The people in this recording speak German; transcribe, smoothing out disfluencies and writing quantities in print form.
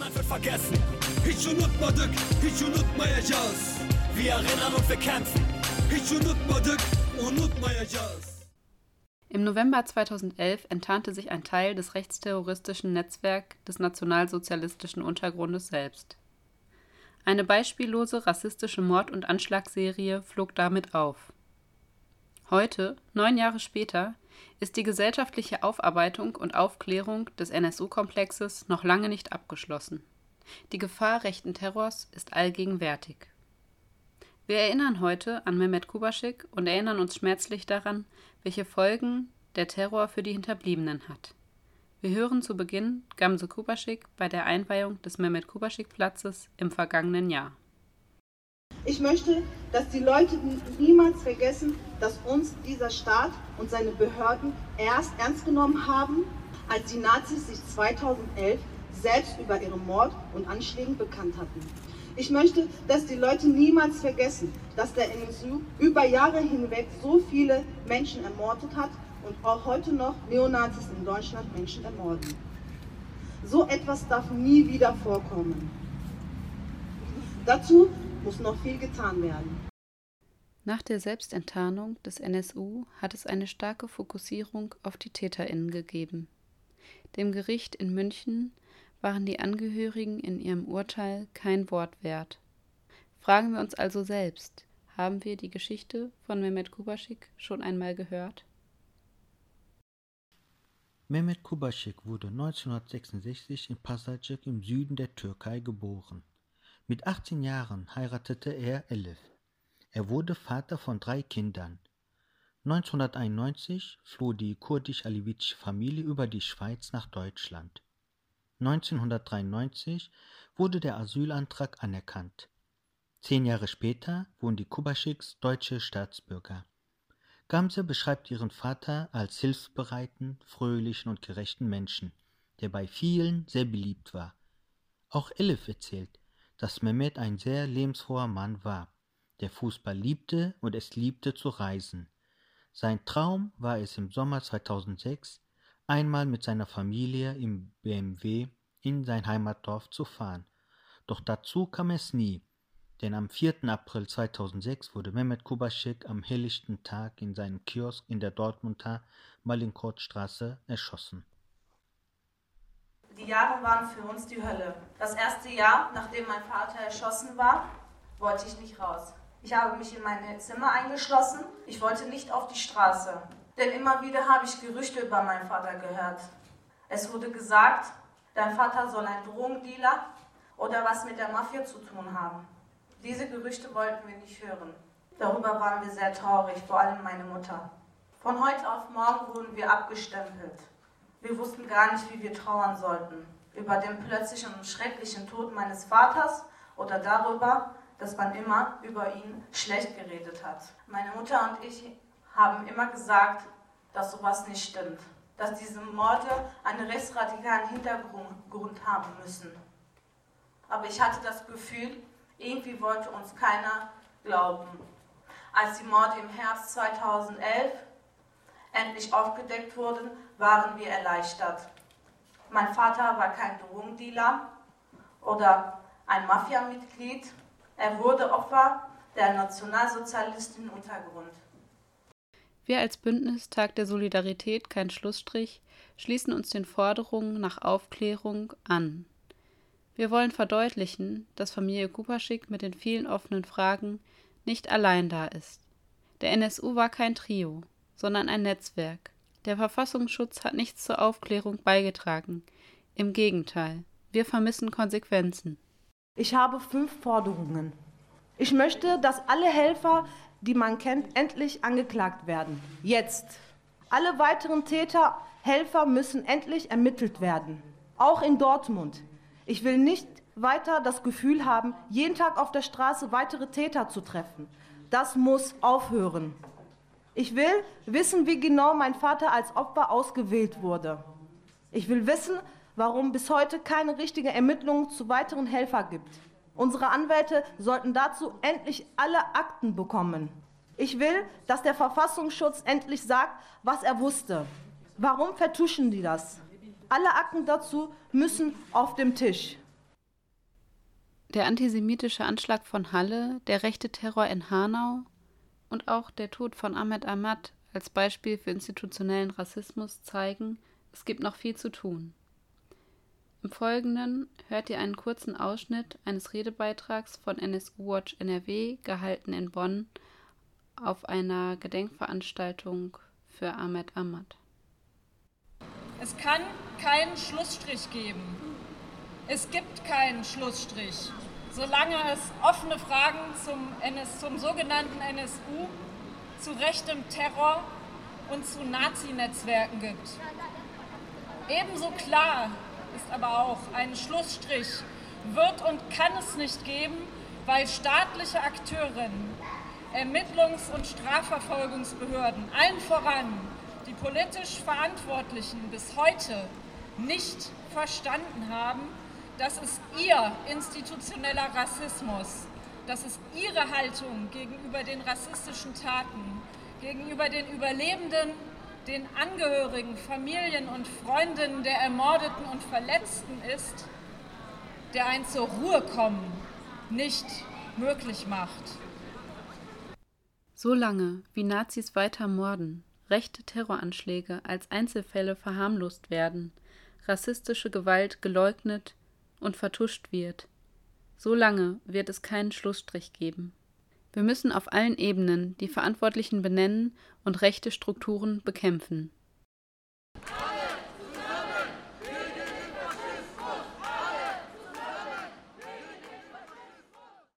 Niemand wird vergessen. Hiç unutmadık, hiç unutmayacağız. Wir erinnern und wir kämpfen. Hiç unutmadık, unutmayacağız. Im November 2011 enttarnte sich ein Teil des rechtsterroristischen Netzwerks des nationalsozialistischen Untergrundes selbst. Eine beispiellose rassistische Mord- und Anschlagsserie flog damit auf. Heute, 9 Jahre später, ist die gesellschaftliche Aufarbeitung und Aufklärung des NSU-Komplexes noch lange nicht abgeschlossen. Die Gefahr rechten Terrors ist allgegenwärtig. Wir erinnern heute an Mehmet Kubaschik und erinnern uns schmerzlich daran, welche Folgen der Terror für die Hinterbliebenen hat. Wir hören zu Beginn Gamze Kubaschik bei der Einweihung des Mehmet-Kubaschik-Platzes im vergangenen Jahr. Ich möchte, dass die Leute niemals vergessen, dass uns dieser Staat und seine Behörden erst ernst genommen haben, als die Nazis sich 2011 selbst über ihre Mord- und Anschläge bekannt hatten. Ich möchte, dass die Leute niemals vergessen, dass der NSU über Jahre hinweg so viele Menschen ermordet hat und auch heute noch Neonazis in Deutschland Menschen ermorden. So etwas darf nie wieder vorkommen. Dazu muss noch viel getan werden. Nach der Selbstenttarnung des NSU hat es eine starke Fokussierung auf die TäterInnen gegeben. Dem Gericht in München waren die Angehörigen in ihrem Urteil kein Wort wert. Fragen wir uns also selbst, haben wir die Geschichte von Mehmet Kubaschik schon einmal gehört? Mehmet Kubaschik wurde 1966 in Pasajik im Süden der Türkei geboren. Mit 18 Jahren heiratete er Elif. Er wurde Vater von 3 Kindern. 1991 floh die kurdisch-alevitische Familie über die Schweiz nach Deutschland. 1993 wurde der Asylantrag anerkannt. 10 Jahre später wurden die Kubaschiks deutsche Staatsbürger. Gamze beschreibt ihren Vater als hilfsbereiten, fröhlichen und gerechten Menschen, der bei vielen sehr beliebt war. Auch Elif erzählt, dass Mehmet ein sehr lebensfroher Mann war, der Fußball liebte und es liebte zu reisen. Sein Traum war es im Sommer 2006, einmal mit seiner Familie im BMW in sein Heimatdorf zu fahren. Doch dazu kam es nie, denn am 4. April 2006 wurde Mehmet Kubaschik am helllichten Tag in seinem Kiosk in der Dortmunder Mallinckrodtstraße erschossen. Die Jahre waren für uns die Hölle. Das erste Jahr, nachdem mein Vater erschossen war, wollte ich nicht raus. Ich habe mich in mein Zimmer eingeschlossen. Ich wollte nicht auf die Straße. Denn immer wieder habe ich Gerüchte über meinen Vater gehört. Es wurde gesagt, dein Vater soll ein Drogendealer oder was mit der Mafia zu tun haben. Diese Gerüchte wollten wir nicht hören. Darüber waren wir sehr traurig, vor allem meine Mutter. Von heute auf morgen wurden wir abgestempelt. Wir wussten gar nicht, wie wir trauern sollten. Über den plötzlichen und schrecklichen Tod meines Vaters oder darüber, dass man immer über ihn schlecht geredet hat. Meine Mutter und ich haben immer gesagt, dass sowas nicht stimmt. Dass diese Morde einen rechtsradikalen Hintergrund haben müssen. Aber ich hatte das Gefühl, irgendwie wollte uns keiner glauben. Als die Morde im Herbst 2011 endlich aufgedeckt wurden, waren wir erleichtert. Mein Vater war kein Drogendealer oder ein Mafia-Mitglied. Er wurde Opfer der nationalsozialistischen Untergrund. Wir als Bündnis Tag der Solidarität kein Schlussstrich schließen uns den Forderungen nach Aufklärung an. Wir wollen verdeutlichen, dass Familie Kubaschik mit den vielen offenen Fragen nicht allein da ist. Der NSU war kein Trio, sondern ein Netzwerk. Der Verfassungsschutz hat nichts zur Aufklärung beigetragen. Im Gegenteil, wir vermissen Konsequenzen. Ich habe 5 Forderungen. Ich möchte, dass alle Helfer, die man kennt, endlich angeklagt werden. Jetzt. Alle weiteren Täter, Helfer müssen endlich ermittelt werden. Auch in Dortmund. Ich will nicht weiter das Gefühl haben, jeden Tag auf der Straße weitere Täter zu treffen. Das muss aufhören. Ich will wissen, wie genau mein Vater als Opfer ausgewählt wurde. Ich will wissen, warum bis heute keine richtige Ermittlung zu weiteren Helfern gibt. Unsere Anwälte sollten dazu endlich alle Akten bekommen. Ich will, dass der Verfassungsschutz endlich sagt, was er wusste. Warum vertuschen die das? Alle Akten dazu müssen auf dem Tisch. Der antisemitische Anschlag von Halle, der rechte Terror in Hanau und auch der Tod von Ahmed Ahmad als Beispiel für institutionellen Rassismus zeigen, es gibt noch viel zu tun. Im Folgenden hört ihr einen kurzen Ausschnitt eines Redebeitrags von NSU Watch NRW, gehalten in Bonn, auf einer Gedenkveranstaltung für Ahmed Ahmad. Es kann keinen Schlussstrich geben. Es gibt keinen Schlussstrich, solange es offene Fragen zum sogenannten NSU, zu rechtem Terror und zu Nazi-Netzwerken gibt. Ebenso klar ist aber auch, einen Schlussstrich wird und kann es nicht geben, weil staatliche Akteurinnen, Ermittlungs- und Strafverfolgungsbehörden, allen voran die politisch Verantwortlichen, bis heute nicht verstanden haben, dass es ihr institutioneller Rassismus, dass es ihre Haltung gegenüber den rassistischen Taten, gegenüber den Überlebenden, den Angehörigen, Familien und Freundinnen der Ermordeten und Verletzten ist, der ein zur Ruhe kommen nicht möglich macht. Solange wie Nazis weiter morden, rechte Terroranschläge als Einzelfälle verharmlost werden, rassistische Gewalt geleugnet und vertuscht wird, solange wird es keinen Schlussstrich geben. Wir müssen auf allen Ebenen die Verantwortlichen benennen und rechte Strukturen bekämpfen.